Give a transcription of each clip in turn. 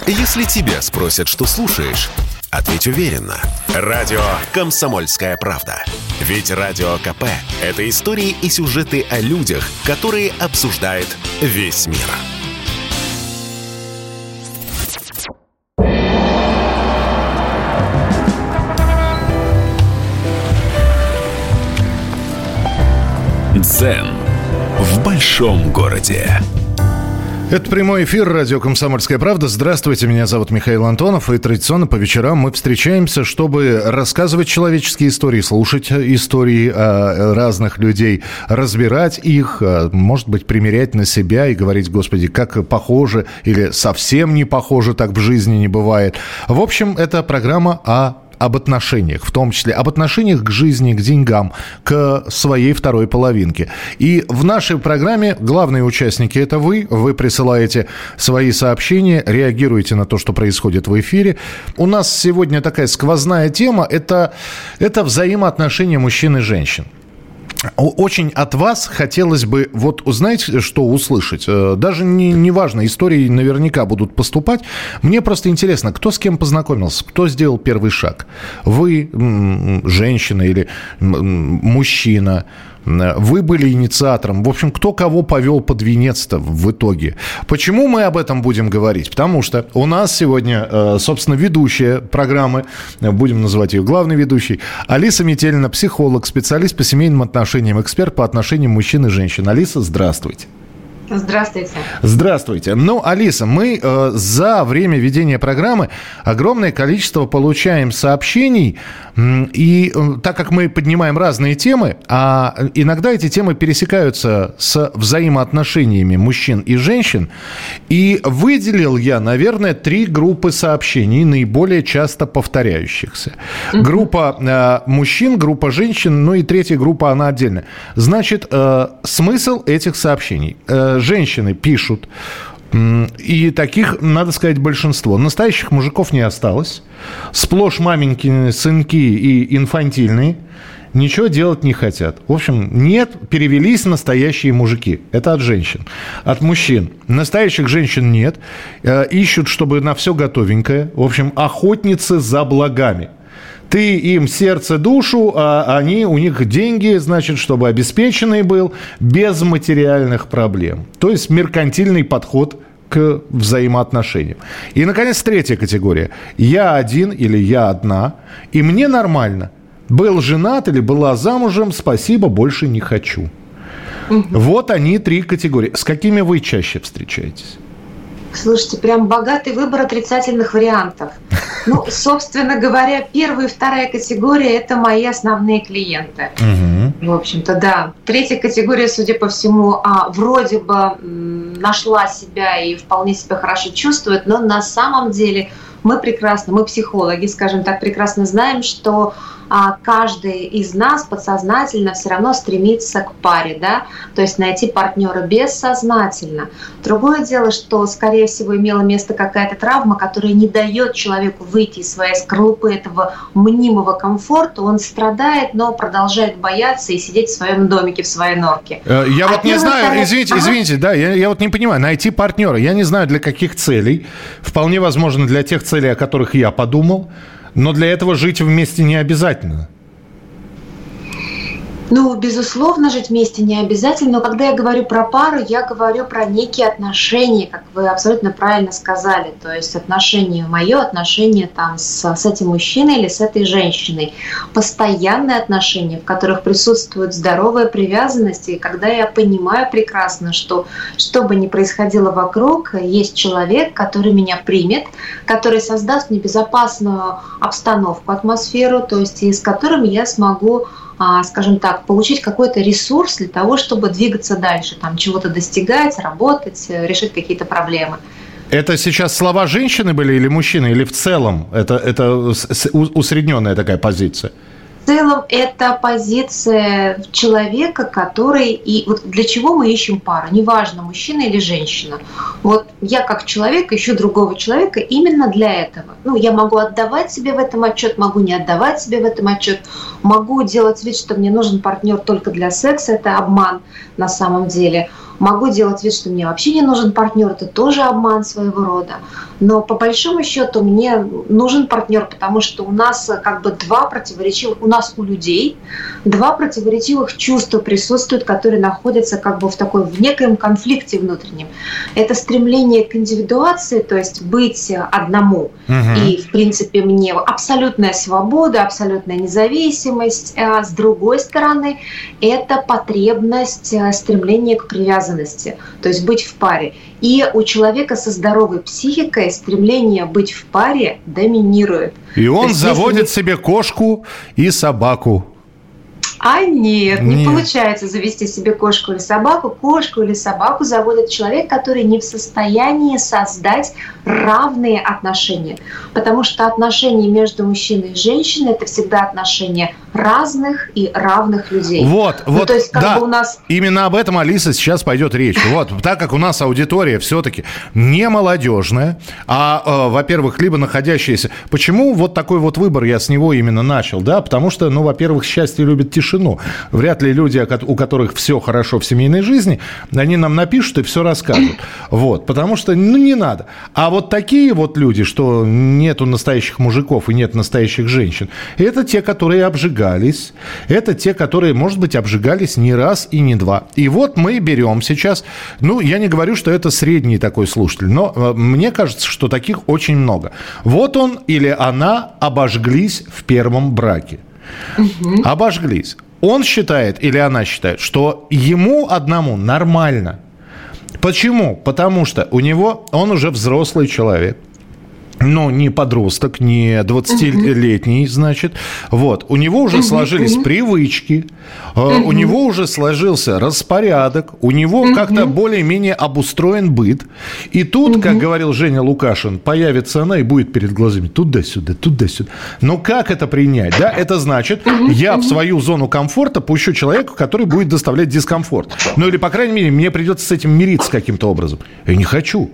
Если тебя спросят, что слушаешь, ответь уверенно. Радио «Комсомольская правда». Ведь Радио КП – это истории и сюжеты о людях, которые обсуждает весь мир. Дзен в большом городе. Это прямой эфир радио «Комсомольская правда». Здравствуйте, меня зовут Михаил Антонов. И традиционно по вечерам мы встречаемся, чтобы рассказывать человеческие истории, слушать истории разных людей, разбирать их, может быть, примерять на себя и говорить: Господи, как похоже или совсем не похоже, так в жизни не бывает. В общем, это программа об отношениях, в том числе об отношениях к жизни, к деньгам, к своей второй половинке. И в нашей программе главные участники – это вы. Вы присылаете свои сообщения, реагируете на то, что происходит в эфире. У нас сегодня такая сквозная тема – это взаимоотношения мужчин и женщин. Очень от вас хотелось бы, вот узнать, что услышать. Даже не важно, истории наверняка будут поступать. Мне просто интересно, кто с кем познакомился, кто сделал первый шаг. Вы, женщина или мужчина, вы были инициатором. В общем, кто кого повел под венец-то в итоге. Почему мы об этом будем говорить? Потому что у нас сегодня, собственно, ведущая программы, будем называть ее главной ведущей, Алиса Метелина, психолог, специалист по семейным отношениям, эксперт по отношениям мужчин и женщин. Алиса, здравствуйте. Здравствуйте. Здравствуйте. Ну, Алиса, мы за время ведения программы огромное количество получаем сообщений, и так как мы поднимаем разные темы, а иногда эти темы пересекаются с взаимоотношениями мужчин и женщин, и выделил я, наверное, 3 группы сообщений, наиболее часто повторяющихся. Группа мужчин, группа женщин, ну и 3-я группа, она отдельная. Значит, смысл этих сообщений. Женщины пишут, и таких, надо сказать, большинство. Настоящих мужиков не осталось. Сплошь маменькины сынки и инфантильные. Ничего делать не хотят. В общем, нет, перевелись настоящие мужики. Это от женщин. От мужчин. Настоящих женщин нет. Ищут, чтобы на все готовенькое. В общем, охотницы за благами. Ты им сердце, душу, а у них деньги, значит, чтобы обеспеченный был, без материальных проблем. То есть меркантильный подход к взаимоотношениям. И, наконец, 3-я категория. Я один или я одна, и мне нормально. Был женат или была замужем, спасибо, больше не хочу. Вот они 3 категории. С какими вы чаще встречаетесь? Слушайте, прям богатый выбор отрицательных вариантов. Ну, собственно говоря, 1-я и 2-я категория – это мои основные клиенты. В общем-то, да. 3-я категория, судя по всему, вроде бы нашла себя и вполне себя хорошо чувствует, но на самом деле мы психологи, скажем так, прекрасно знаем, что каждый из нас подсознательно все равно стремится к паре, да, то есть найти партнера бессознательно. Другое дело, что, скорее всего, имела место какая-то травма, которая не дает человеку выйти из своей скорлупы этого мнимого комфорта. Он страдает, но продолжает бояться и сидеть в своем домике, в своей норке. Я вот не знаю, извините, да, я вот не понимаю, найти партнера, я не знаю, для каких целей. Вполне возможно, для тех целей, о которых я подумал. Но для этого жить вместе не обязательно. Ну, безусловно, жить вместе не обязательно, но когда я говорю про пару, я говорю про некие отношения, как вы абсолютно правильно сказали. То есть мое отношение там с этим мужчиной или с этой женщиной. Постоянные отношения, в которых присутствует здоровая привязанность. И когда я понимаю прекрасно, что бы ни происходило вокруг, есть человек, который меня примет, который создаст мне безопасную обстановку, атмосферу, то есть и с которым я смогу, скажем так, получить какой-то ресурс для того, чтобы двигаться дальше, там, чего-то достигать, работать, решить какие-то проблемы. Это сейчас слова женщины были или мужчины, или в целом это усредненная такая позиция? В целом это позиция человека, который... И вот для чего мы ищем пару? Неважно, мужчина или женщина. Вот я как человек ищу другого человека именно для этого. Ну, я могу отдавать себе в этом отчет, могу не отдавать себе в этом отчет, могу делать вид, что мне нужен партнер только для секса, это обман на самом деле. Могу делать вид, что мне вообще не нужен партнер, это тоже обман своего рода. Но по большому счету мне нужен партнер, потому что у нас как бы у людей два противоречивых чувства присутствуют, которые находятся как бы в некоем конфликте внутреннем. Это стремление к индивидуации, то есть быть одному. И, в принципе, мне абсолютная свобода, абсолютная независимость. А с другой стороны, это потребность, стремление к привязанности, то есть быть в паре. И у человека со здоровой психикой стремление быть в паре доминирует. И он заводит себе кошку и собаку. А нет, не получается завести себе кошку или собаку. Кошку или собаку заводит человек, который не в состоянии создать равные отношения. Потому что отношения между мужчиной и женщиной – это всегда отношения разных и равных людей. То есть, да, у нас... именно об этом, Алиса, сейчас пойдет речь. Так как у нас аудитория все-таки не молодежная, во-первых, либо находящаяся... Почему вот такой вот выбор я с него именно начал? Да, потому что, во-первых, счастье любит тишину. Вряд ли люди, у которых все хорошо в семейной жизни, они нам напишут и все расскажут. Потому что, не надо. А вот такие вот люди, что нету настоящих мужиков и нет настоящих женщин, это те, которые обжигались. Это те, которые, может быть, обжигались не раз и не два. И вот мы берем сейчас... я не говорю, что это средний такой слушатель, но мне кажется, что таких очень много. Вот он или она обожглись в первом браке. Обожглись. Он считает или она считает, что ему одному нормально. Почему? Потому что он уже взрослый человек. Не подросток, не 20-летний, значит. У него уже сложились привычки, у него уже сложился распорядок, у него как-то более-менее обустроен быт. И тут, как говорил Женя Лукашин, появится она и будет перед глазами туда-сюда, туда-сюда. Как это принять? Да? Это значит, я в свою зону комфорта пущу человека, который будет доставлять дискомфорт. Или, по крайней мере, мне придется с этим мириться каким-то образом. Я не хочу.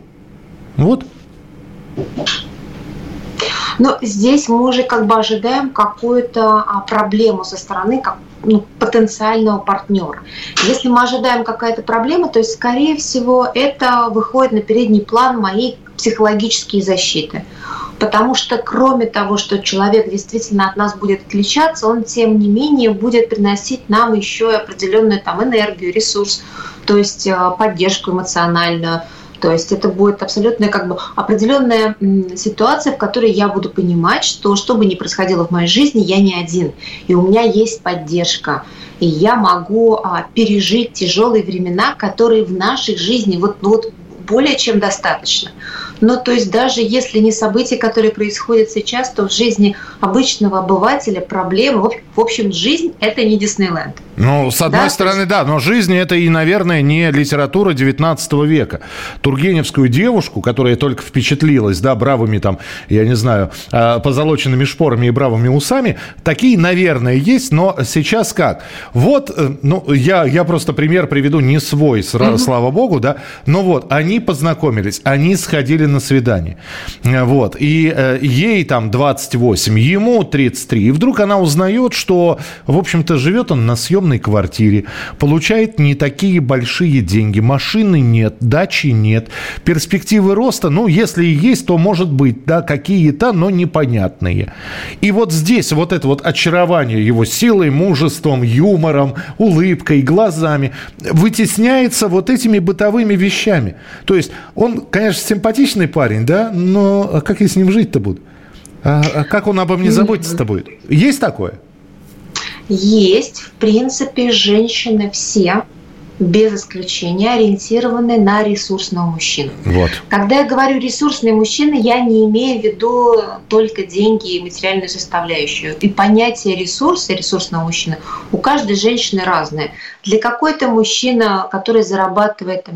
Но здесь мы уже ожидаем какую-то проблему со стороны потенциального партнера. Если мы ожидаем какая-то проблема, то есть, скорее всего, это выходит на передний план моей психологические защиты. Потому что кроме того, что человек действительно от нас будет отличаться, он, тем не менее, будет приносить нам еще определенную энергию, ресурс, то есть поддержку эмоциональную. То есть это будет абсолютно определенная ситуация, в которой я буду понимать, что бы ни происходило в моей жизни, я не один. И у меня есть поддержка. И я могу пережить тяжелые времена, которые в нашей жизни более чем достаточно. То есть даже если не события, которые происходят сейчас, то в жизни обычного обывателя проблемы. В общем, жизнь – это не Диснейленд. С одной стороны, да, но жизнь – это и, наверное, не литература 19 века. Тургеневскую девушку, которая только впечатлилась, бравыми позолоченными шпорами и бравыми усами, такие, наверное, есть, но сейчас как? Я просто пример приведу, не свой, слава богу, да, но они познакомились, они сходили на свидание. И ей 28, ему 33. И вдруг она узнает, что, в общем-то, живет он на съемной квартире, получает не такие большие деньги, машины нет, дачи нет, перспективы роста, если и есть, то, может быть, какие-то, но непонятные. И здесь это очарование его силой, мужеством, юмором, улыбкой, глазами вытесняется этими бытовыми вещами. То есть он, конечно, симпатичный парень, да, но как я с ним жить-то буду? Как он обо мне заботиться-то будет? Есть такое? Есть. В принципе, женщины все, без исключения, ориентированы на ресурсного мужчину. Когда я говорю ресурсный мужчина, я не имею в виду только деньги и материальную составляющую. И понятие ресурса, ресурсного мужчины, у каждой женщины разное. Для какой-то мужчина, который зарабатывает,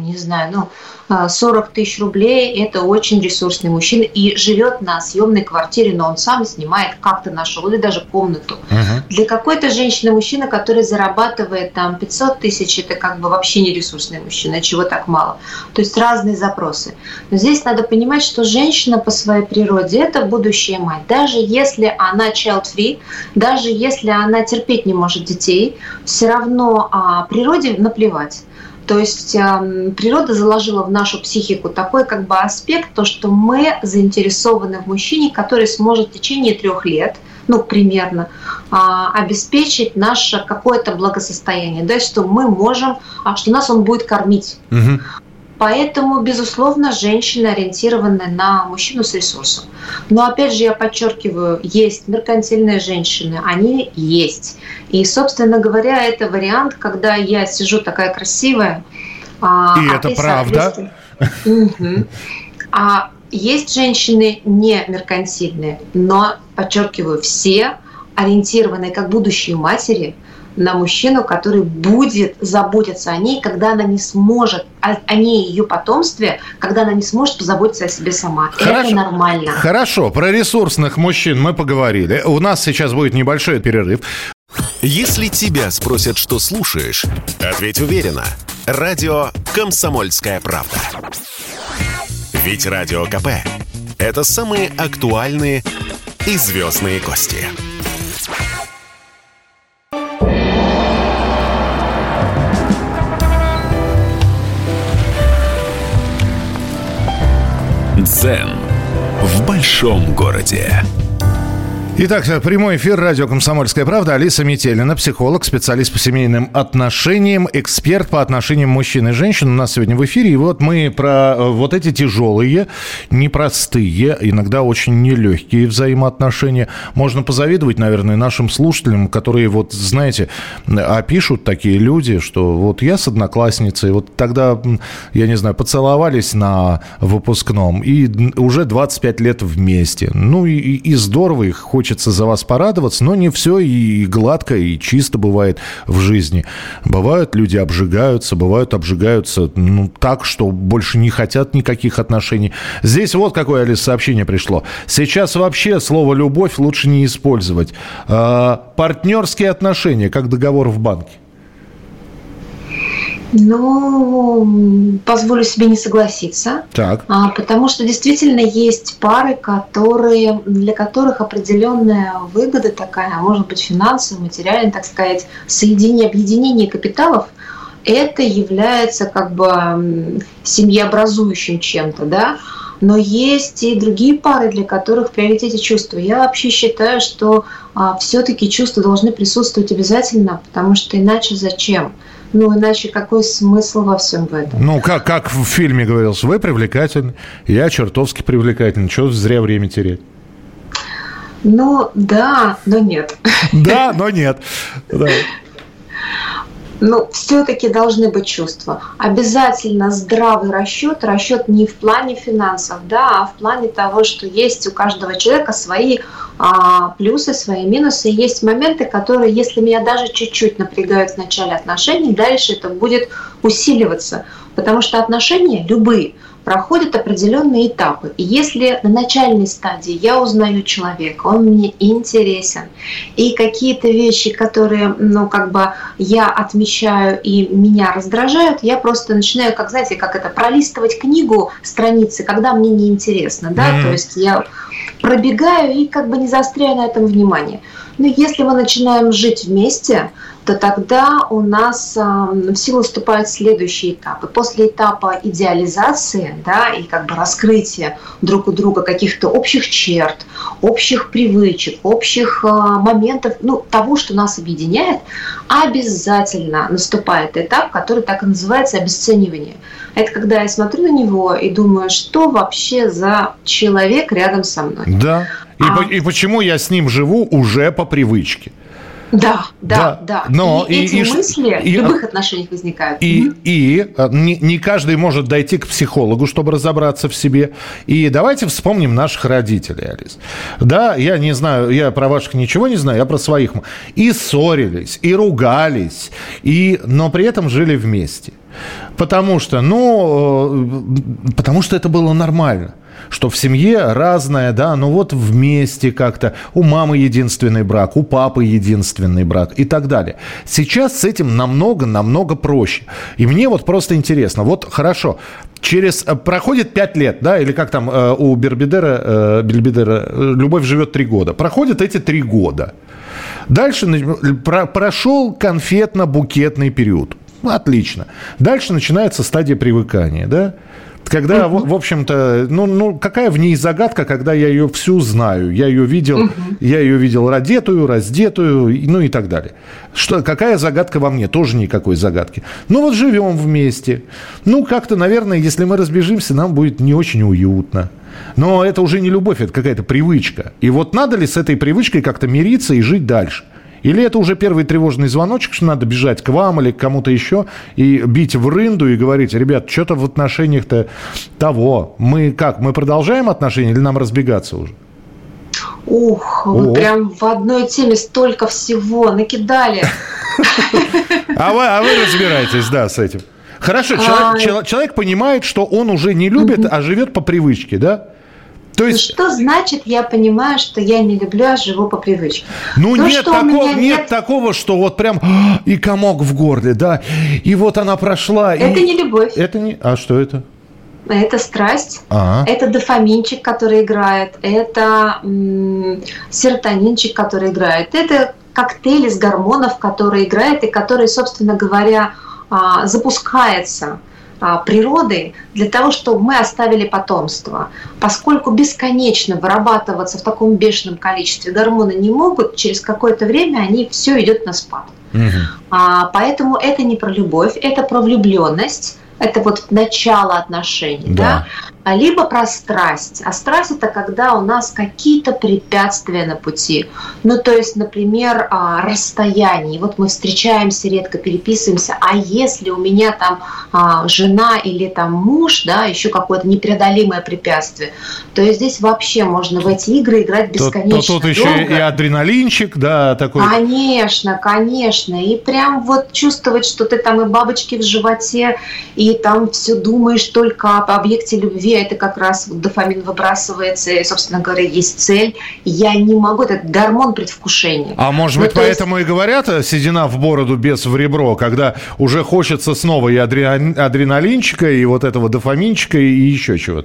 40 тысяч рублей, это очень ресурсный мужчина и живет на съемной квартире, но он сам снимает, как-то нашел, или даже комнату. Для какой-то женщины-мужчина, который зарабатывает 500 тысяч, это вообще не ресурсный мужчина, чего так мало. То есть разные запросы. Но здесь надо понимать, что женщина по своей природе – это будущая мать. Даже если она child-free, даже если она терпеть не может детей, все равно о природе наплевать. То То есть природа заложила в нашу психику такой как бы аспект, то, что мы заинтересованы в мужчине, который сможет в течение 3 лет, примерно, обеспечить наше какое-то благосостояние, да, что мы можем, что нас он будет кормить. Угу. Поэтому, безусловно, женщины ориентированы на мужчину с ресурсом. Но, опять же, я подчеркиваю, есть меркантильные женщины, они есть. И, собственно говоря, это вариант, когда я сижу такая красивая. И это правда. А есть женщины не меркантильные, но, подчеркиваю, все ориентированы как будущие матери на мужчину, который будет заботиться о ней, когда она не сможет, о ней и ее потомстве, когда она не сможет позаботиться о себе сама. Хорошо. Это нормально. Хорошо, про ресурсных мужчин мы поговорили. У нас сейчас будет небольшой перерыв. Если тебя спросят, что слушаешь, ответь уверенно. Радио «Комсомольская правда». Ведь Радио КП – это самые актуальные и звездные гости. Дзен в большом городе. Итак, прямой эфир радио «Комсомольская правда». Алиса Метелина, психолог, специалист по семейным отношениям, эксперт по отношениям мужчин и женщин у нас сегодня в эфире. И вот мы про вот эти тяжелые, непростые, иногда очень нелегкие взаимоотношения. Можно позавидовать, наверное, нашим слушателям, которые, вот, знаете, опишут такие люди, что вот я с одноклассницей, вот тогда, я не знаю, поцеловались на выпускном, и уже 25 лет вместе. Ну и здорово, их хочется за вас порадоваться, но не все и гладко, и чисто бывает в жизни. Бывают люди обжигаются, так, что больше не хотят никаких отношений. Здесь вот какое, Алис, сообщение пришло. Сейчас вообще слово «любовь» лучше не использовать. Партнерские отношения, как договор в банке. Позволю себе не согласиться. Так. Потому что действительно есть пары, для которых определенная выгода такая, может быть, финансовая, материальная, так сказать, объединение капиталов, это является как бы семьеобразующим чем-то, да? Но есть и другие пары, для которых в приоритете чувства. Я вообще считаю, что все-таки чувства должны присутствовать обязательно, потому что иначе зачем? Иначе какой смысл во всем в этом? Как в фильме говорилось, вы привлекательны, я чертовски привлекательный, чего зря время терять? Да, но нет. Да, но нет. Все-таки должны быть чувства. Обязательно здравый расчет не в плане финансов, да, а в плане того, что есть у каждого человека свои плюсы, свои минусы. Есть моменты, которые, если меня даже чуть-чуть напрягают в начале отношений, дальше это будет усиливаться. Потому что отношения, любые, проходят определенные этапы. И если на начальной стадии я узнаю человека, он мне интересен, и какие-то вещи, которые, я отмечаю и меня раздражают, я просто начинаю, пролистывать книгу, страницы, когда мне неинтересно, да, то есть я пробегаю и не заостряю на этом внимание. Но если мы начинаем жить вместе, то тогда у нас в силу вступают следующие этапы. После этапа идеализации, да, и раскрытия друг у друга каких-то общих черт, общих привычек, общих моментов, того, что нас объединяет, обязательно наступает этап, который так и называется обесценивание. Это когда я смотрю на него и думаю, что вообще за человек рядом со мной. Да. И почему я с ним живу уже по привычке. Да. Но эти мысли в любых отношениях возникают. И не каждый может дойти к психологу, чтобы разобраться в себе. И давайте вспомним наших родителей, Алис. Да, я не знаю, я про ваших ничего не знаю, я про своих. И ссорились, и ругались, но при этом жили вместе. Потому что это было нормально. Что в семье разное, да, вместе как-то. У мамы единственный брак, у папы единственный брак и так далее. Сейчас с этим намного проще. И мне просто интересно, хорошо, проходит 5 лет, да, или как там у Бельбедера, любовь живет 3 года. Проходят эти 3 года. Дальше прошел конфетно-букетный период. Отлично. Дальше начинается стадия привыкания, да? Когда, в общем-то, какая в ней загадка, когда я ее всю знаю, я ее видел одетую, раздетую, и так далее. Какая загадка во мне? Тоже никакой загадки. Вот живем вместе. Как-то, наверное, если мы разбежимся, нам будет не очень уютно. Но это уже не любовь, это какая-то привычка. И вот надо ли с этой привычкой как-то мириться и жить дальше? Или это уже первый тревожный звоночек, что надо бежать к вам или к кому-то еще и бить в рынду и говорить: ребят, что-то в отношениях-то того. Мы продолжаем отношения или нам разбегаться уже? Вы прям в одной теме столько всего накидали. А вы разбираетесь, да, с этим. Хорошо, человек понимает, что он уже не любит, а живет по привычке, да? То есть... Что значит, я понимаю, что я не люблю, а живу по привычке? Нет такого, что вот прям и комок в горле, да, и вот она прошла. Это не любовь. А что это? Это страсть, это дофаминчик, который играет, это серотонинчик, который играет, это коктейль из гормонов, который играет и который, собственно говоря, запускается природой для того, чтобы мы оставили потомство. Поскольку бесконечно вырабатываться в таком бешеном количестве гормоны не могут, через какое-то время все идет на спад. Поэтому это не про любовь, это про влюбленность. Это вот начало отношений, да? Либо про страсть. А страсть – это когда у нас какие-то препятствия на пути. То есть, например, расстояние. Вот мы встречаемся, редко переписываемся, а если у меня там жена или там муж, да, еще какое-то непреодолимое препятствие, то здесь вообще можно в эти игры играть бесконечно тут еще и адреналинчик, да, такой. Конечно. И прям вот чувствовать, что ты там и бабочки в животе, и там все думаешь только об объекте любви, это как раз дофамин выбрасывается, и, собственно говоря, есть цель. Я не могу, это гормон предвкушения. А может быть, поэтому и говорят: седина в бороду, бес в ребро, когда уже хочется снова и адреналинчика, и вот этого дофаминчика, и еще чего-то.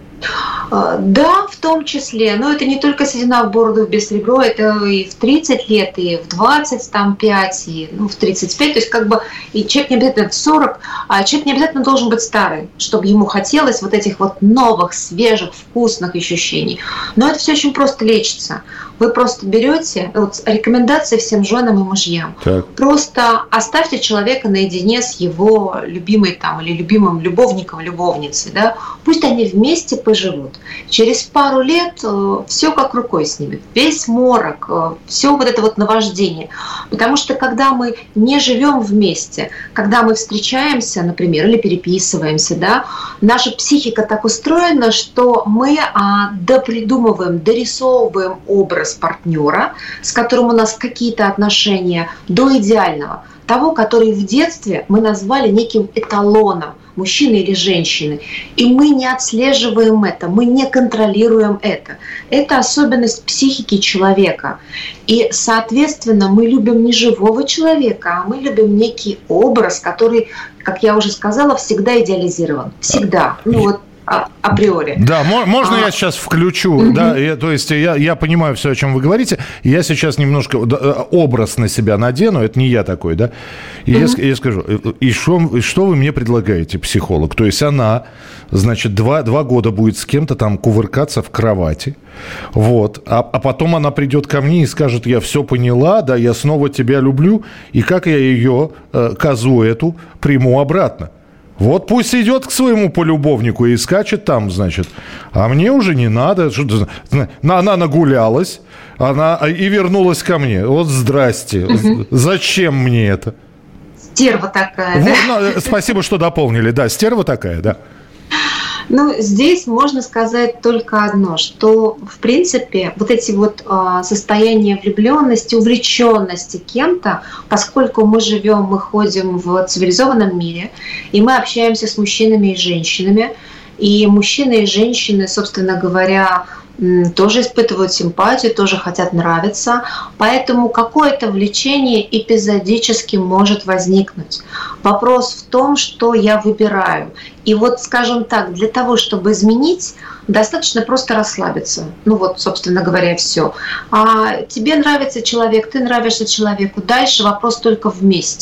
Да, в том числе. Но это не только седина в бороду, без ребро, это и в 30 лет, и в 25, и в 35. То есть и человек не обязательно в 40, а человек не обязательно должен быть старый, чтобы ему хотелось вот этих вот новых, свежих, вкусных ощущений. Но это все очень просто лечится. Вы просто берете, рекомендации всем женам и мужьям. Так. Просто оставьте человека наедине с его любимой или любимым любовником, любовницей. Да? Пусть они вместе поживут. Через пару лет все как рукой снимет. Весь морок, все вот это вот наваждение. Потому что когда мы не живем вместе, когда мы встречаемся, например, или переписываемся, да, наша психика так устроена, что мы допридумываем, дорисовываем образ партнера, с которым у нас какие-то отношения, до идеального. Того, который в детстве мы назвали неким эталоном, мужчины или женщины. И мы не отслеживаем это, мы не контролируем это. Это особенность психики человека. И, соответственно, мы любим не живого человека, а мы любим некий образ, который, как я уже сказала, всегда идеализирован. Всегда. Априори. Да, можно я сейчас включу? Да, то есть я понимаю все, о чем вы говорите. Я сейчас немножко образ на себя надену, это не я такой, да? И я скажу, и что вы мне предлагаете, психолог? То есть она, значит, 2 года будет с кем-то там кувыркаться в кровати, вот, а потом она придет ко мне и скажет: я все поняла, да, я снова тебя люблю, и как я ее, козу эту, приму обратно? Вот пусть идет к своему полюбовнику и скачет там, значит. А мне уже не надо. Она нагулялась, и вернулась ко мне. Вот здрасте. Зачем мне это? Стерва такая, да? Спасибо, что дополнили. Да, стерва такая, да. Здесь можно сказать только одно, что, в принципе, вот эти вот состояния влюбленности, увлеченности кем-то, поскольку мы живем, мы ходим в цивилизованном мире, и мы общаемся с мужчинами и женщинами, и мужчины и женщины, собственно говоря, тоже испытывают симпатию, тоже хотят нравиться. Поэтому какое-то влечение эпизодически может возникнуть. Вопрос в том, что я выбираю. И скажем так, для того, чтобы изменить, достаточно просто расслабиться. Собственно говоря, все. А тебе нравится человек, ты нравишься человеку. Дальше вопрос только вместе.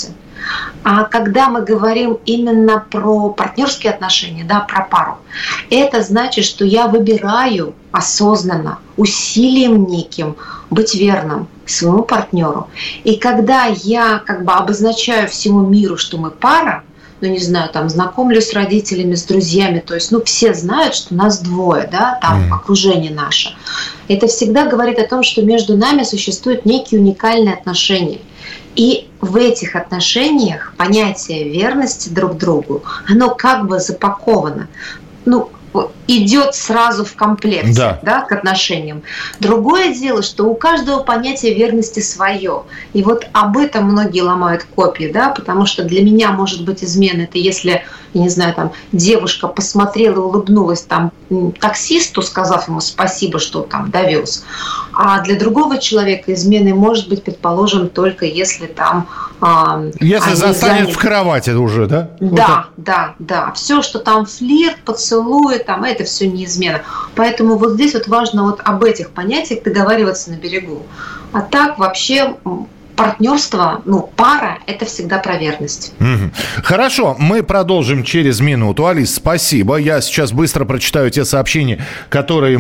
А когда мы говорим именно про партнерские отношения, да, про пару, это значит, что я выбираю осознанно, усилием неким быть верным своему партнеру. И когда я как бы обозначаю всему миру, что мы пара, ну, не знаю, там, знакомлюсь с родителями, с друзьями, то есть, ну, все знают, что нас двое, да, там, окружение наше. Это всегда говорит о том, что между нами существуют некие уникальные отношения. И в этих отношениях понятие верности друг другу, оно как бы запаковано. Ну, идет сразу в комплекте, да, к отношениям. Другое дело, что у каждого понятие верности свое. И вот об этом многие ломают копии, да, потому что для меня может быть измена, это если, я не знаю, там, девушка посмотрела и улыбнулась там таксисту, сказав ему спасибо, что там довез. А для другого человека изменой может быть, предположим, только если там... если застанет в кровати уже, да? Да, вот да. Все, что там флирт, поцелуй, там, это все не измена. Поэтому вот здесь вот важно вот об этих понятиях договариваться на берегу. А так вообще... партнерство, ну, пара – это всегда про верность. Хорошо, мы продолжим через минуту. Алис, спасибо. Я сейчас быстро прочитаю те сообщения, которые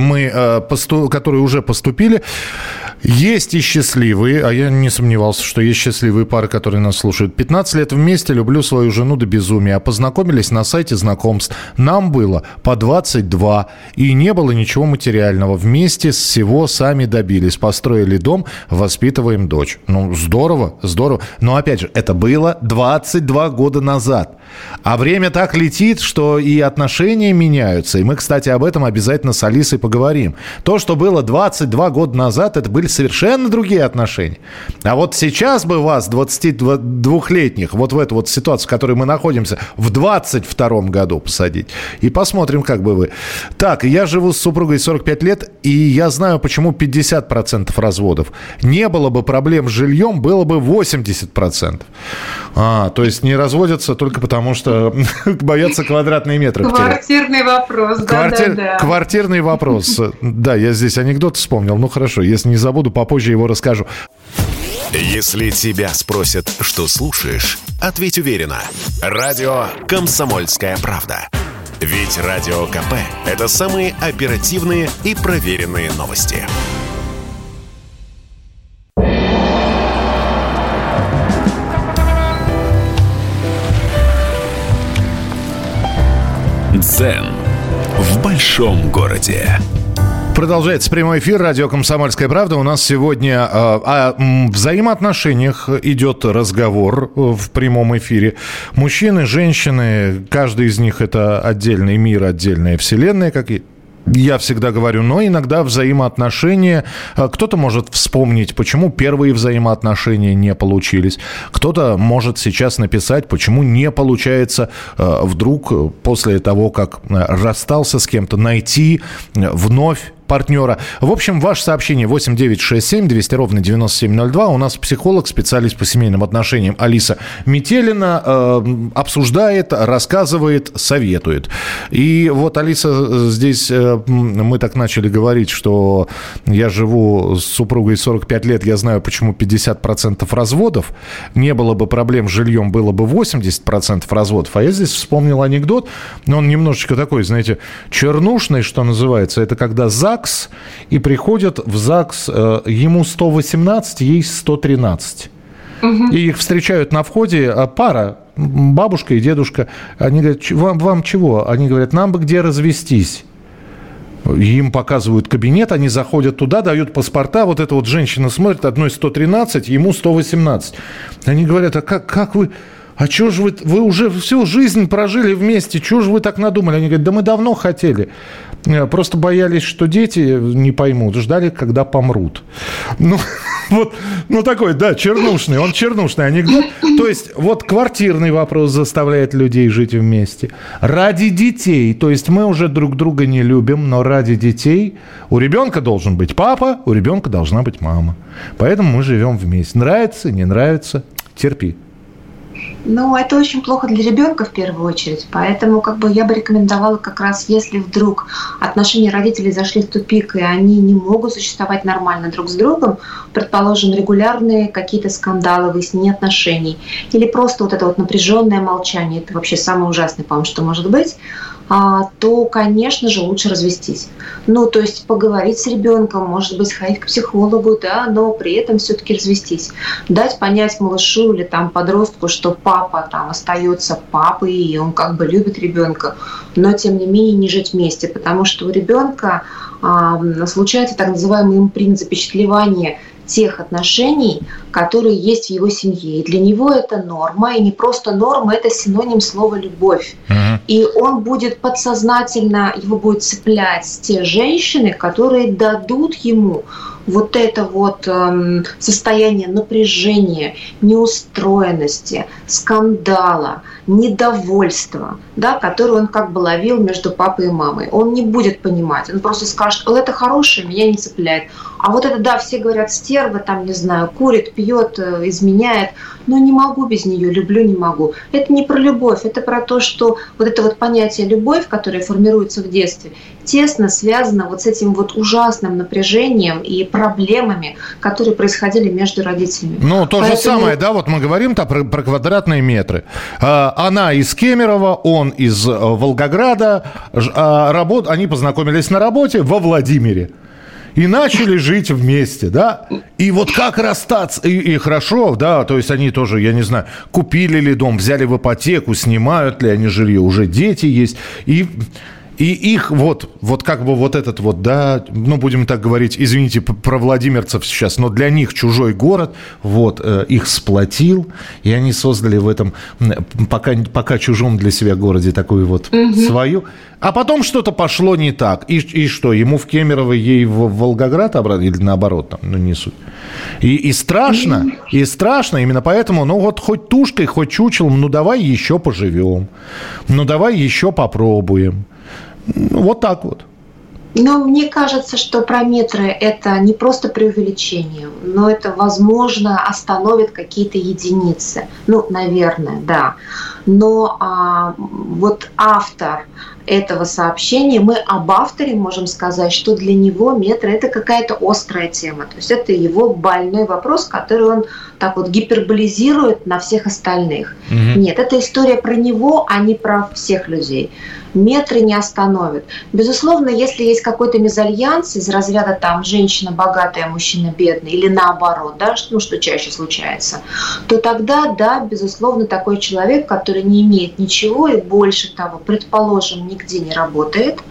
уже поступили. Есть и счастливые, а я не сомневался, что есть счастливые пары, которые нас слушают. 15 лет вместе, люблю свою жену до безумия. А познакомились на сайте знакомств. Нам было по 22, и не было ничего материального. Вместе всего сами добились. Построили дом, воспитываем дочь. Ну, здорово. Но, опять же, это было 22 года назад. А время так летит, что и отношения меняются. И мы, кстати, об этом обязательно с Алисой поговорим. То, что было 22 года назад, это были совершенно другие отношения. А вот сейчас бы вас, 22-летних, вот в эту вот ситуацию, в которой мы находимся, в 22-м году посадить. И посмотрим, как бы вы. Так, я живу с супругой 45 лет, и я знаю, почему 50% разводов. Не было бы проблем с жильем, было бы 80%. То есть не разводятся только потому, что боятся квадратные метры. Квартирный вопрос, да. Квартирный вопрос. Да, я здесь анекдот вспомнил. Ну, хорошо, если не забуду, попозже его расскажу. Если тебя спросят, что слушаешь, ответь уверенно. Радио «Комсомольская правда». Ведь Радио КП – это самые оперативные и проверенные новости. Дзен в большом городе. Продолжается прямой эфир радио «Комсомольская правда». У нас сегодня о взаимоотношениях идет разговор в прямом эфире. Мужчины, женщины, каждый из них – это отдельный мир, отдельная вселенная, как я всегда говорю, но иногда взаимоотношения... Кто-то может вспомнить, почему первые взаимоотношения не получились. Кто-то может сейчас написать, почему не получается вдруг после того, как расстался с кем-то, найти вновь партнера. В общем, ваше сообщение 8-967-200-97-02. У нас психолог, специалист по семейным отношениям Алиса Метелина обсуждает, рассказывает, советует. И вот, Алиса, здесь мы так начали говорить, что я живу с супругой 45 лет, я знаю, почему 50% разводов. Не было бы проблем с жильем, было бы 80% разводов. А я здесь вспомнил анекдот, но он немножечко такой, знаете, чернушный, что называется. Это когда ЗАГС, и приходят в ЗАГС, ему 118, ей 113. Угу. И их встречают на входе пара, бабушка и дедушка. Они говорят, вам чего? Они говорят, нам бы где развестись. Им показывают кабинет, они заходят туда, дают паспорта. Вот эта вот женщина смотрит, одной 113, ему 118. Они говорят, а как вы... А чего же вы уже всю жизнь прожили вместе, чего же вы так надумали? Они говорят, да мы давно хотели. Просто боялись, что дети не поймут, ждали, когда помрут. Ну, вот, ну такой, да, чернушный, он чернушный анекдот. То есть вот квартирный вопрос заставляет людей жить вместе. Ради детей, то есть мы уже друг друга не любим, но ради детей у ребенка должен быть папа, у ребенка должна быть мама. Поэтому мы живем вместе. Нравится, не нравится, терпи. Ну, это очень плохо для ребенка в первую очередь, поэтому я бы рекомендовала как раз, если вдруг отношения родителей зашли в тупик, и они не могут существовать нормально друг с другом, предположим, регулярные какие-то скандалы, выяснение отношений, или просто вот это вот напряженное молчание, это вообще самое ужасное, по-моему, что может быть, то, конечно же, лучше развестись. Ну, то есть поговорить с ребенком, может быть, сходить к психологу, да, но при этом все-таки развестись. Дать понять малышу или там подростку, что папа там остается папой, и он любит ребенка, но тем не менее не жить вместе, потому что у ребенка случается так называемый импринт запечатлевания тех отношений, которые есть в его семье. И для него это норма, и не просто норма, это синоним слова «любовь». И он будет подсознательно, его будет цеплять те женщины, которые дадут ему вот это вот состояние напряжения, неустроенности, скандала, недовольства, да, которое он ловил между папой и мамой. Он не будет понимать, он просто скажет: это хорошее, меня не цепляет. А вот это, да, все говорят, стерва, там, не знаю, курит, пьет, изменяет, но не могу без нее, люблю, не могу. Это не про любовь, это про то, что вот это вот понятие любовь, которое формируется в детстве, тесно связано вот с этим вот ужасным напряжением и проблемами, которые происходили между родителями. Ну, то же самое, да, вот мы говорим-то про квадратные метры. Она из Кемерово, он из Волгограда, они познакомились на работе во Владимире. И начали жить вместе, да? И вот как расстаться? И хорошо, да, то есть они тоже, я не знаю, купили ли дом, взяли в ипотеку, снимают ли они жилье, уже дети есть. И их вот этот вот, да, ну, будем так говорить, извините, про владимирцев сейчас, но для них чужой город, вот, их сплотил, и они создали в этом пока чужом для себя городе такую вот свою. А потом что-то пошло не так. И что, ему в Кемерово, ей в Волгоград обратно, или наоборот, там, ну, не суть. И страшно, именно поэтому, ну, вот хоть тушкой, хоть чучелом, ну, давай еще поживем, ну, давай еще попробуем. Вот так вот. Но мне кажется, что про метры это не просто преувеличение, но это, возможно, остановит какие-то единицы. Ну, наверное, да. Но вот автор этого сообщения, мы об авторе можем сказать, что для него метры – это какая-то острая тема. То есть это его больной вопрос, который он так вот гиперболизирует на всех остальных. Нет, это история про него, а не про всех людей. Метры не остановят. Безусловно, если есть какой-то мезальянс из разряда там женщина богатая, мужчина бедный, или наоборот, да, что чаще случается, то тогда, да, безусловно, такой человек, который не имеет ничего и больше того, предположим, нигде не работает,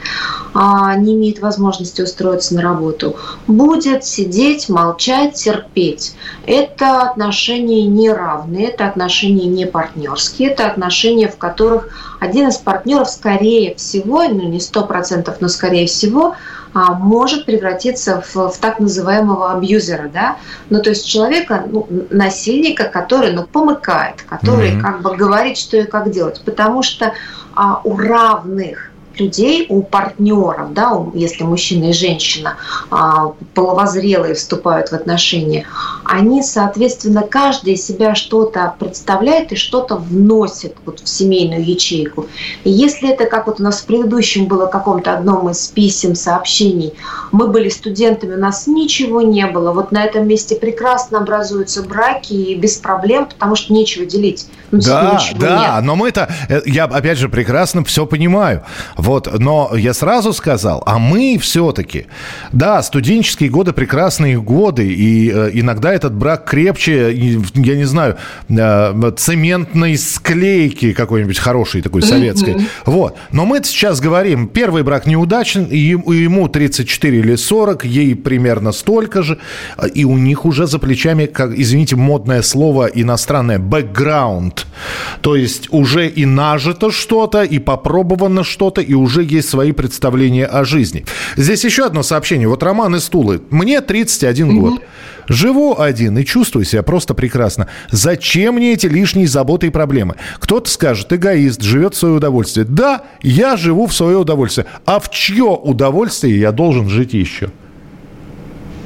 не имеет возможности устроиться на работу, будет сидеть, молчать, терпеть. Это отношения неравные, это отношения не партнерские, это отношения, в которых один из партнеров, скорее всего, ну не 100%, но скорее всего, может превратиться в так называемого абьюзера, да, ну то есть человека, насильника, который, помыкает, который говорит, что и как делать, потому что у равных людей, у партнеров, да, если мужчина и женщина половозрелые вступают в отношения, они, соответственно, каждый из себя что-то представляет и что-то вносит вот в семейную ячейку. И если это, как вот у нас в предыдущем было каком-то одном из писем, сообщений, мы были студентами, у нас ничего не было, вот на этом месте прекрасно образуются браки и без проблем, потому что нечего делить. Да, нет. Но мы-то, я опять же прекрасно все понимаю. Вот, но я сразу сказал, а мы все-таки, да, студенческие годы, прекрасные годы, и иногда этот брак крепче, я не знаю, цементной склейки какой-нибудь хорошей, такой советской. Вот, но мы сейчас говорим, первый брак неудачен, ему 34 или 40, ей примерно столько же, и у них уже за плечами, как, извините, модное слово иностранное, бэкграунд. То есть уже и нажито что-то, и попробовано что-то, и уже есть свои представления о жизни. Здесь еще одно сообщение. Вот Роман из Тулы. Мне 31 год. Живу один и чувствую себя просто прекрасно. Зачем мне эти лишние заботы и проблемы? Кто-то скажет, эгоист, живет в свое удовольствие. Да, я живу в свое удовольствие. А в чье удовольствие я должен жить еще?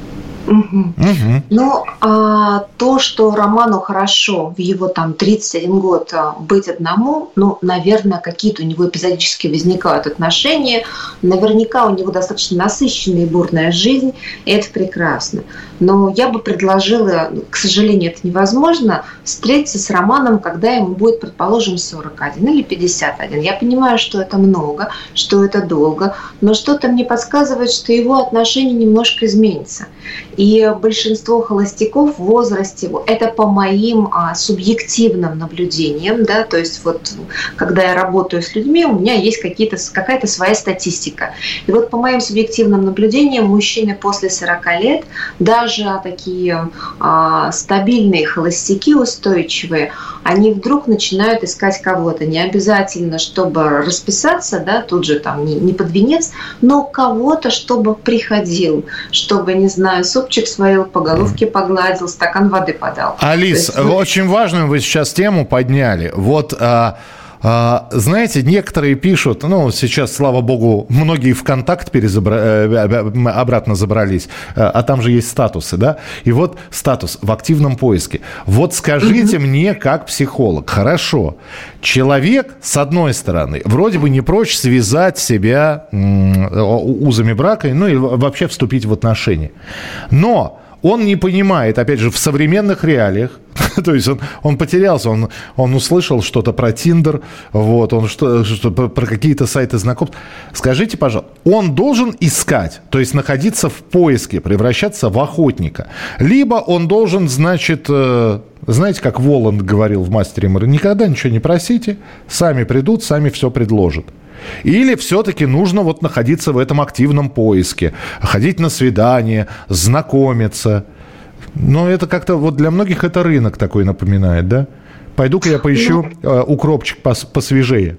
Ну, то, что Роману хорошо в его там 31 год быть одному, ну, наверное, какие-то у него эпизодически возникают отношения, наверняка у него достаточно насыщенная и бурная жизнь, и это прекрасно. Но я бы предложила, к сожалению, это невозможно, встретиться с Романом, когда ему будет, предположим, 41 или 51. Я понимаю, что это много, что это долго, но что-то мне подсказывает, что его отношения немножко изменятся. И большинство холостяков в возрасте, это по моим субъективным наблюдениям, да, то есть вот когда я работаю с людьми, у меня есть какая-то своя статистика. И вот по моим субъективным наблюдениям мужчины после 40 лет, даже такие стабильные холостяки, устойчивые, они вдруг начинают искать кого-то. Не обязательно, чтобы расписаться, да, тут же там не под венец, но кого-то, чтобы приходил, чтобы, не знаю, супчик сварил, по головке погладил, стакан воды подал. Алис, очень важную вы сейчас тему подняли. Вот... знаете, некоторые пишут, ну, сейчас, слава богу, многие в контакт обратно забрались, а там же есть статусы, да? И вот статус в активном поиске. Вот скажите мне, как психолог, хорошо, человек, с одной стороны, вроде бы не прочь связать себя узами брака, ну, и вообще вступить в отношения. Но он не понимает, опять же, в современных реалиях, то есть он потерялся, он услышал что-то про Тиндер, вот, он про какие-то сайты знакомств. Скажите, пожалуйста, он должен искать, то есть находиться в поиске, превращаться в охотника, либо он должен, значит, знаете, как Воланд говорил в «Мастере и Маргарите», никогда ничего не просите, сами придут, сами все предложат. Или все-таки нужно вот находиться в этом активном поиске, ходить на свидания, знакомиться. Но это как-то вот для многих это рынок такой напоминает, да? Пойду-ка я поищу укропчик посвежее.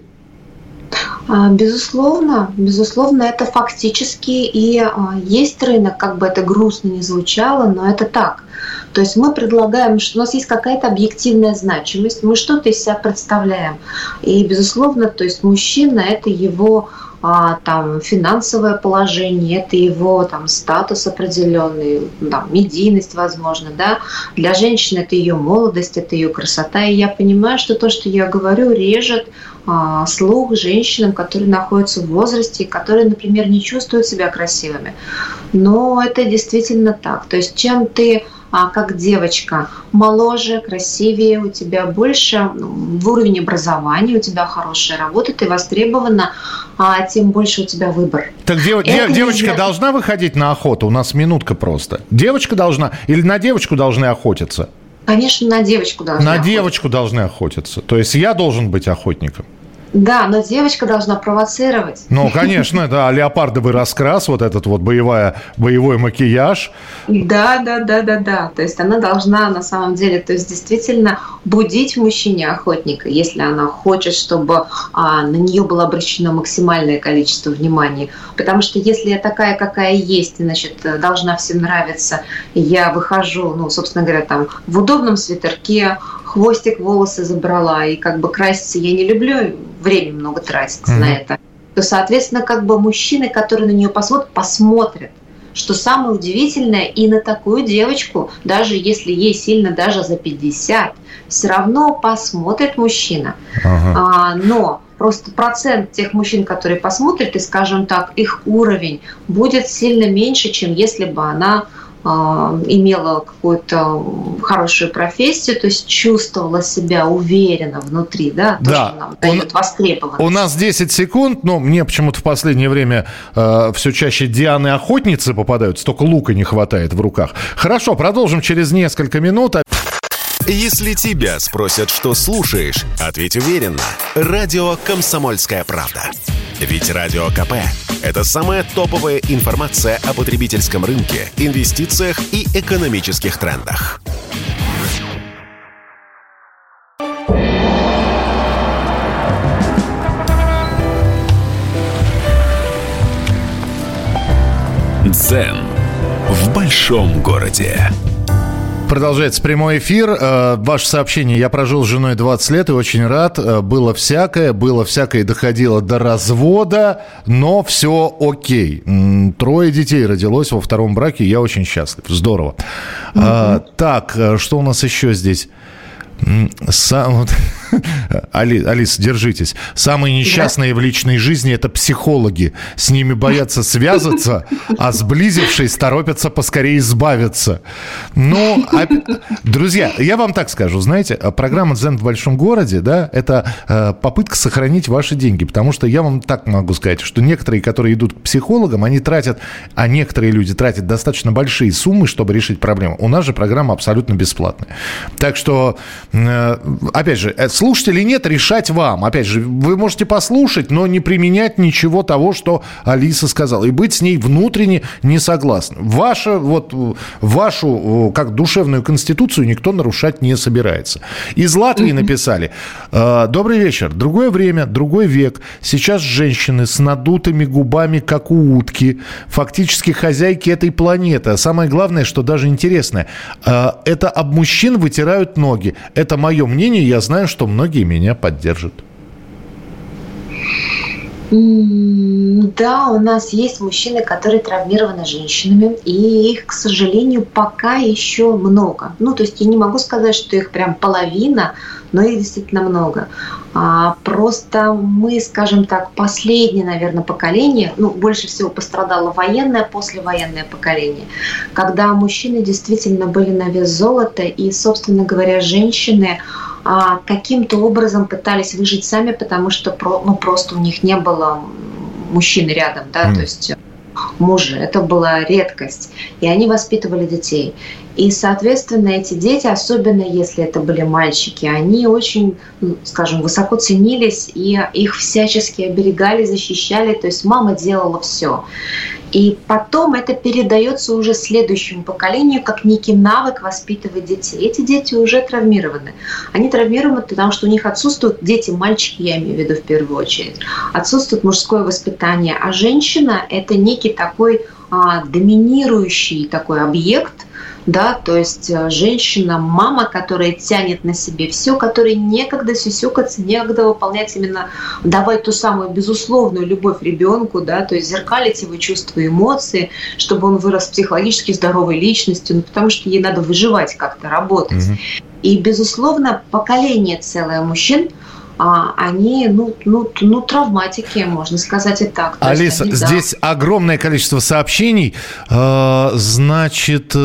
Безусловно, это фактически и есть рынок, как бы это грустно ни звучало, но это так. То есть мы предлагаем, что у нас есть какая-то объективная значимость, мы что-то из себя представляем. И, безусловно, то есть мужчина – это его там, финансовое положение, это его там, статус определенный, там, медийность, возможно. Да? Для женщины это ее молодость, это ее красота. И я понимаю, что то, что я говорю, режет слух женщинам, которые находятся в возрасте, которые, например, не чувствуют себя красивыми. Но это действительно так. То есть чем ты как девочка моложе, красивее, у тебя больше уровень образования, у тебя хорошая работа, ты востребована, тем больше у тебя выбор. Так девочка должна выходить на охоту? У нас минутка просто. Девочка должна или на девочку должны охотиться? Конечно, на девочку должны охотиться. На девочку должны охотиться. То есть я должен быть охотником? Да, но девочка должна провоцировать. Ну, конечно, да, леопардовый раскрас, вот этот вот боевой макияж. Да. То есть она должна на самом деле, то есть действительно будить в мужчине охотника, если она хочет, чтобы на нее было обращено максимальное количество внимания. Потому что если я такая, какая есть, значит, должна всем нравиться, я выхожу, ну, собственно говоря, там в удобном свитерке, хвостик, волосы забрала, и как бы краситься я не люблю, время много тратить на это, то, соответственно, как бы мужчины, которые на нее посмотрят, что самое удивительное, и на такую девочку, даже если ей сильно даже за 50, все равно посмотрит мужчина. Но просто процент тех мужчин, которые посмотрят, и, скажем так, их уровень будет сильно меньше, чем если бы она имела какую-то хорошую профессию, то есть чувствовала себя уверенно внутри, да, то, что нам дает востребованность. У нас 10 секунд, но мне почему-то в последнее время все чаще Дианы-охотницы попадают, столько лука не хватает в руках. Хорошо, продолжим через несколько минут. Если тебя спросят, что слушаешь, ответь уверенно. Радио «Комсомольская правда». Ведь Радио КП – это самая топовая информация о потребительском рынке, инвестициях и экономических трендах. Дзен в большом городе. Продолжается прямой эфир. Ваше сообщение. Я прожил с женой 20 лет и очень рад. Было всякое, доходило до развода, но все окей. 3 детей родилось во втором браке, я очень счастлив. Здорово. Так, что у нас еще здесь? Алис, держитесь. Самые несчастные в личной жизни – это психологи. С ними боятся связаться, а сблизившись, торопятся поскорее избавиться. Ну, друзья, я вам так скажу. Знаете, программа «Дзен в большом городе», да, это попытка сохранить ваши деньги. Потому что я вам так могу сказать, что некоторые, которые идут к психологам, они тратят, а некоторые люди тратят достаточно большие суммы, чтобы решить проблему. У нас же программа абсолютно бесплатная. Так что, опять же, слушать или нет, решать вам. Опять же, вы можете послушать, но не применять ничего того, что Алиса сказала. И быть с ней внутренне не согласны. Вашу как душевную конституцию никто нарушать не собирается. Из Латвии написали. Добрый вечер. Другое время, другой век. Сейчас женщины с надутыми губами, как у утки. Фактически хозяйки этой планеты. А самое главное, что даже интересное, это об мужчин вытирают ноги. Это мое мнение. Я знаю, что многие меня поддержат. Да, у нас есть мужчины, которые травмированы женщинами, и их, к сожалению, пока еще много. Ну, то есть я не могу сказать, что их прям половина, но их действительно много. Просто мы, скажем так, последнее, наверное, поколение, больше всего пострадало военное, послевоенное поколение, когда мужчины действительно были на вес золота, и, собственно говоря, женщины каким-то образом пытались выжить сами, потому что просто у них не было мужчины рядом, да, то есть мужа. Это была редкость. И они воспитывали детей. И, соответственно, эти дети, особенно если это были мальчики, они очень, скажем, высоко ценились, и их всячески оберегали, защищали. То есть мама делала все. И потом это передается уже следующему поколению как некий навык воспитывать детей. Эти дети уже травмированы. Они травмированы, потому что у них отсутствуют дети, мальчики, я имею в виду в первую очередь, отсутствует мужское воспитание. А женщина – это некий такой доминирующий такой объект, да, то есть женщина, мама, которая тянет на себе все, которой некогда сюсюкаться, некогда выполнять именно, давать ту самую безусловную любовь ребенку, да, то есть зеркалить его чувства и эмоции, чтобы он вырос психологически здоровой личностью, потому что ей надо выживать как-то, работать. И, безусловно, поколение целое мужчин, они, травматики, можно сказать и так. То Алиса, здесь огромное количество сообщений. Значит,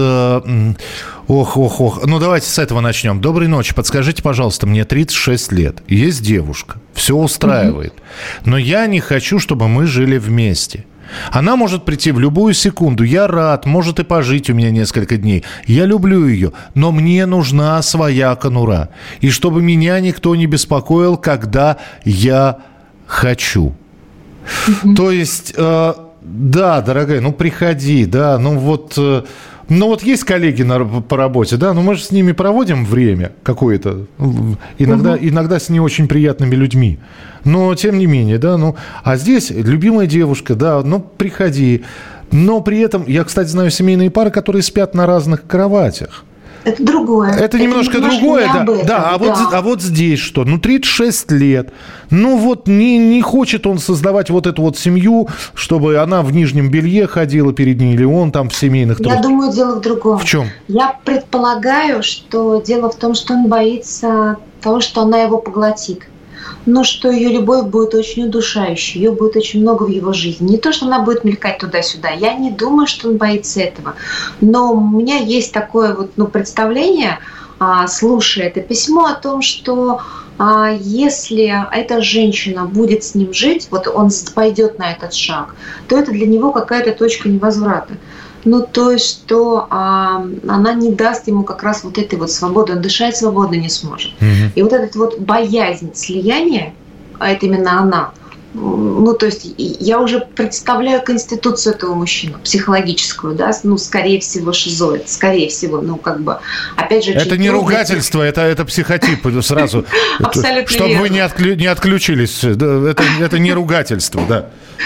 давайте с этого начнем. Доброй ночи. Подскажите, пожалуйста, мне 36 лет. Есть девушка. Все устраивает. Но я не хочу, чтобы мы жили вместе. Она может прийти в любую секунду. Я рад, может и пожить у меня несколько дней. Я люблю ее, но мне нужна своя конура. И чтобы меня никто не беспокоил, когда я хочу. То есть, да, дорогая, приходи, да, есть коллеги по работе, да, мы же с ними проводим время какое-то, иногда с не очень приятными людьми, но тем не менее, да, а здесь любимая девушка, да, приходи, но при этом, я, кстати, знаю семейные пары, которые спят на разных кроватях. Это другое. Это немножко другое, да. А вот здесь что? 36 лет. Не хочет он создавать вот эту вот семью, чтобы она в нижнем белье ходила перед ней, или он там в семейных трусах. Я думаю, дело в другом. В чем? Я предполагаю, что дело в том, что он боится того, что она его поглотит. Но что ее любовь будет очень удушающей, ее будет очень много в его жизни. Не то, что она будет мелькать туда-сюда. Я не думаю, что он боится этого. Но у меня есть такое представление, слушая это письмо, о том, что если эта женщина будет с ним жить, он пойдет на этот шаг, то это для него какая-то точка невозврата. То есть, что она не даст ему как раз этой свободы, он дышать свободно не сможет. И эта боязнь слияния, а это именно она, то есть я уже представляю конституцию этого мужчины, психологическую, да, скорее всего, шизоид, скорее всего, опять же... Это не ругательство, это психотип сразу. Абсолютно чтобы верно. Вы не отключились, это не ругательство, да.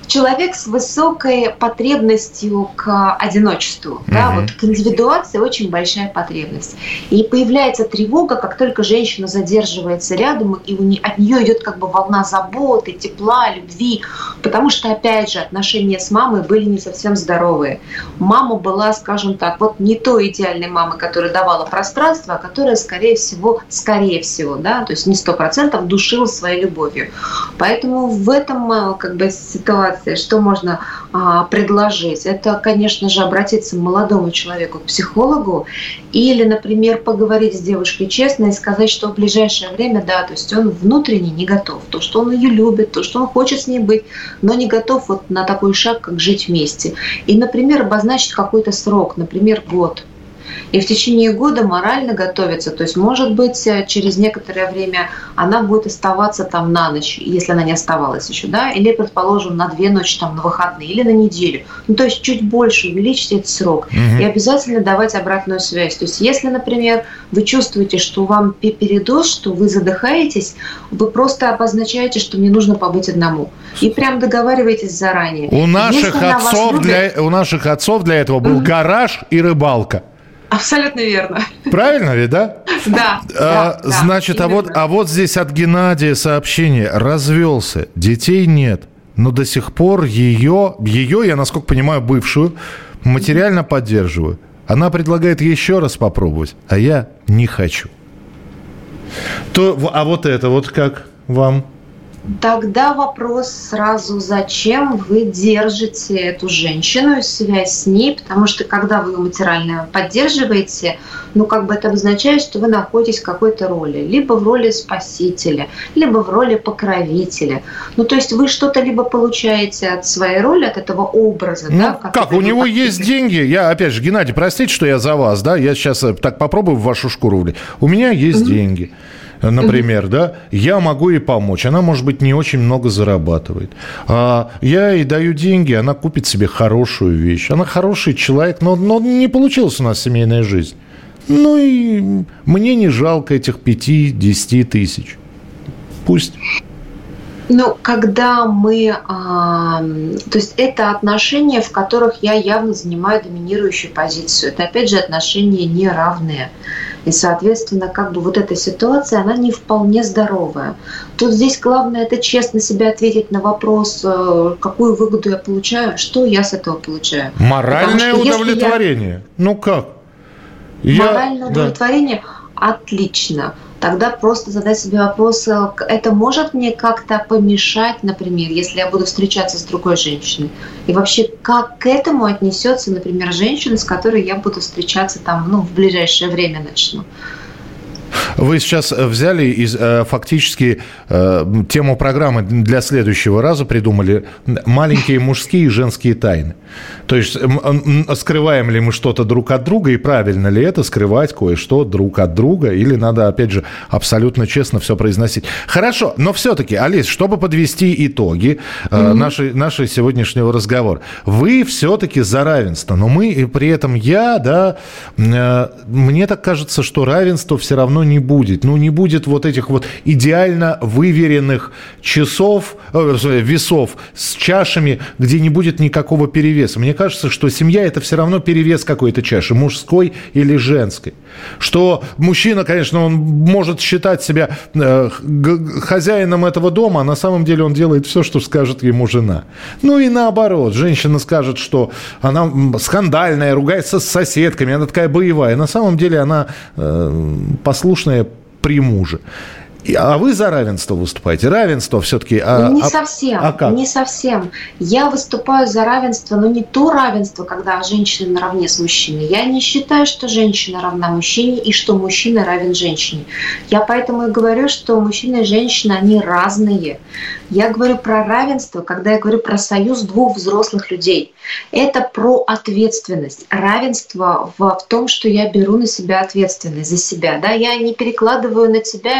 человек с высокой потребностью к одиночеству, да, вот к индивидуации очень большая потребность. И появляется тревога, как только женщина задерживается рядом, и от нее идет как бы волна заботы, тепла, любви, потому что, опять же, отношения с мамой были не совсем здоровые. Мама была, скажем так, вот не той идеальной мамой, которая давала пространство, а которая, скорее всего, да, то есть не 100% душила своей любовью. Поэтому в этом как бы ситуации что можно предложить? Это, конечно же, обратиться к молодому человеку, к психологу, или, например, поговорить с девушкой честно и сказать, что в ближайшее время, да, то есть он внутренне не готов. То, что он ее любит, то, что он хочет с ней быть, но не готов вот на такой шаг, как жить вместе. И, например, обозначить какой-то срок, например, год. И в течение года морально готовиться. То есть, может быть, через некоторое время она будет оставаться там на ночь, если она не оставалась еще, да, или, предположим, на 2 ночи там на выходные, или на неделю. Ну, то есть, чуть больше увеличить этот срок. И обязательно давать обратную связь. То есть, если, например, вы чувствуете, что вам передоз, что вы задыхаетесь, вы просто обозначаете, что мне нужно побыть одному. И прям договариваетесь заранее. У наших отцов для этого был гараж и рыбалка. Абсолютно верно. Правильно ведь, да? Да. Значит, а вот здесь от Геннадия сообщение. Развелся, детей нет, но до сих пор ее, я, насколько понимаю, бывшую, материально поддерживаю. Она предлагает еще раз попробовать, а я не хочу. А вот это вот как вам? Тогда вопрос сразу, зачем вы держите эту женщину и связь с ней, потому что когда вы ее материально поддерживаете, ну как бы это обозначает, что вы находитесь в какой-то роли, либо в роли спасителя, либо в роли покровителя. Ну то есть вы что-то либо получаете от своей роли, от этого образа. Ну, да, как у него есть деньги, я опять же, Геннадий, простите, что я за вас, да, я сейчас так попробую в вашу шкуру влезть. У меня есть деньги. Например, да, я могу ей помочь. Она, может быть, не очень много зарабатывает. Я ей даю деньги, она купит себе хорошую вещь. Она хороший человек, но не получилась у нас семейная жизнь. Ну и мне не жалко этих 5-10 тысяч. Пусть. Ну, когда мы... то есть это отношения, в которых я явно занимаю доминирующую позицию. Это, опять же, отношения неравные. И, соответственно, как бы вот эта ситуация, она не вполне здоровая. Тут здесь главное это честно себе ответить на вопрос, какую выгоду я получаю, что я с этого получаю. Моральное удовлетворение. Ну как? Моральное удовлетворение отлично. Тогда просто задать себе вопрос, это может мне как-то помешать, например, если я буду встречаться с другой женщиной? И вообще, как к этому отнесется, например, женщина, с которой я буду встречаться там, в ближайшее время начну? Вы сейчас взяли и фактически тему программы для следующего раза придумали «Маленькие мужские и женские тайны». То есть скрываем ли мы что-то друг от друга и правильно ли это скрывать кое-что друг от друга или надо, опять же, абсолютно честно все произносить. Хорошо, но все-таки, Алис, чтобы подвести итоги нашего сегодняшнего разговора, вы все-таки за равенство, но мы при этом мне так кажется, что равенство все равно не будет. Ну, не будет вот этих вот идеально выверенных весов с чашами, где не будет никакого перевеса. Мне кажется, что семья – это все равно перевес какой-то чаши, мужской или женской. Что мужчина, конечно, он может считать себя хозяином этого дома, а на самом деле он делает все, что скажет ему жена. Ну и наоборот. Женщина скажет, что она скандальная, ругается с соседками, она такая боевая. На самом деле она послушная при муже. А вы за равенство выступаете? Равенство все-таки... Не совсем. Не совсем. Я выступаю за равенство, но не то равенство, когда женщина наравне с мужчиной. Я не считаю, что женщина равна мужчине и что мужчина равен женщине. Я поэтому и говорю, что мужчина и женщина, они разные. Я говорю про равенство, когда я говорю про союз двух взрослых людей. Это про ответственность. Равенство в том, что я беру на себя ответственность за себя. Да? Я не перекладываю на тебя и не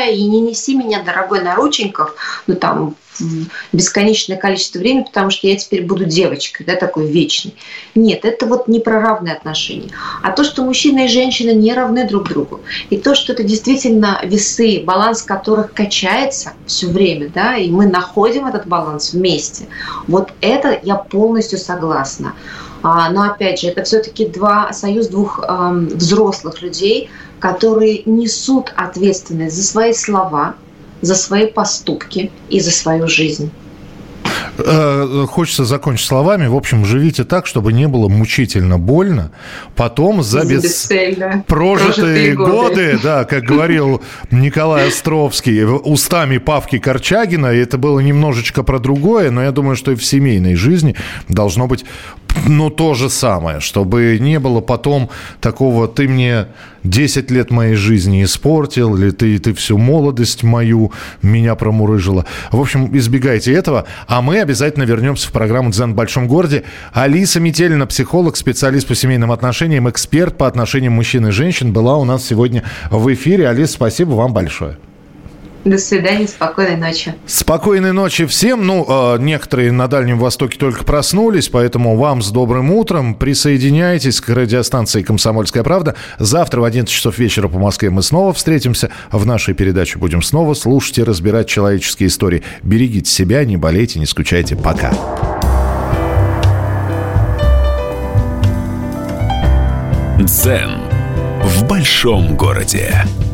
неси меня, дорогой, на рученьках, бесконечное количество времени, потому что я теперь буду девочкой, такой вечной. Нет, это не про равные отношения. А то, что мужчина и женщина не равны друг другу, и то, что это действительно весы, баланс которых качается все время, и мы находим этот баланс вместе, это я полностью согласна. Но опять же, это все-таки союз двух взрослых людей, которые несут ответственность за свои слова, за свои поступки и за свою жизнь. Хочется закончить словами. В общем, живите так, чтобы не было мучительно больно. Потом за прожитые годы, как говорил Николай Островский, устами Павки Корчагина, и это было немножечко про другое, но я думаю, что и в семейной жизни должно быть то же самое, чтобы не было потом такого: ты мне 10 лет моей жизни испортил, или ты всю молодость мою меня промурыжила. В общем, избегайте этого. А мы обязательно вернемся в программу «Дзен в большом городе». Алиса Метелина, психолог, специалист по семейным отношениям, эксперт по отношениям мужчин и женщин, была у нас сегодня в эфире. Алиса, спасибо вам большое. До свидания, спокойной ночи. Спокойной ночи всем. Некоторые на Дальнем Востоке только проснулись, поэтому вам с добрым утром. Присоединяйтесь к радиостанции «Комсомольская правда». Завтра в 11 часов вечера по Москве мы снова встретимся. В нашей передаче будем снова слушать и разбирать человеческие истории. Берегите себя, не болейте, не скучайте. Пока. Дзен в большом городе.